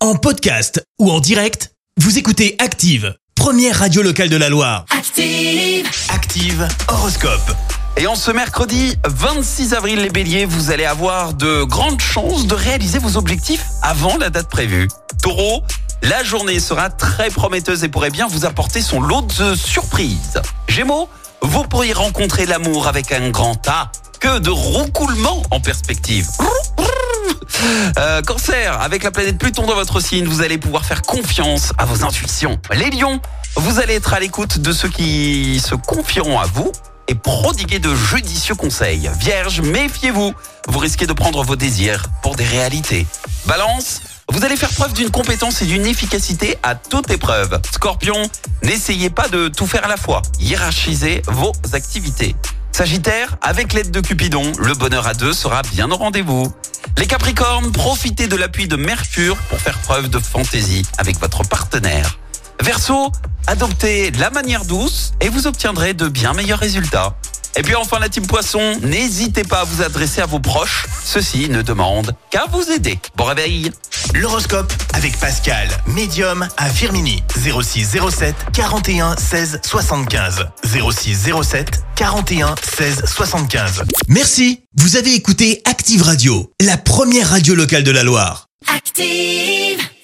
En podcast ou en direct, vous écoutez Active, première radio locale de la Loire. Active. Active horoscope. Et en ce mercredi 26 avril, les béliers, vous allez avoir de grandes chances de réaliser vos objectifs avant la date prévue. Taureau, la journée sera très prometteuse et pourrait bien vous apporter son lot de surprises. Gémeaux, vous pourriez rencontrer l'amour avec un grand A. Que de roucoulements en perspective. Cancer, avec la planète Pluton dans votre signe, vous allez pouvoir faire confiance à vos intuitions. Les lions, vous allez être à l'écoute de ceux qui se confieront à vous et prodiguer de judicieux conseils. Vierge, méfiez-vous, vous risquez de prendre vos désirs pour des réalités. Balance, vous allez faire preuve d'une compétence et d'une efficacité à toute épreuve. Scorpion, n'essayez pas de tout faire à la fois, hiérarchisez vos activités. Sagittaire, avec l'aide de Cupidon, le bonheur à deux sera bien au rendez-vous. Les Capricornes, profitez de l'appui de Mercure pour faire preuve de fantaisie avec votre partenaire. Verseau, adoptez la manière douce et vous obtiendrez de bien meilleurs résultats. Et puis enfin la team Poisson, n'hésitez pas à vous adresser à vos proches, ceux-ci ne demandent qu'à vous aider. Bon réveil. L'horoscope avec Pascal, médium à Firminy. 06 07 41 16 75. 06 07 41 16 75. Merci, vous avez écouté Active Radio, la première radio locale de la Loire. Active.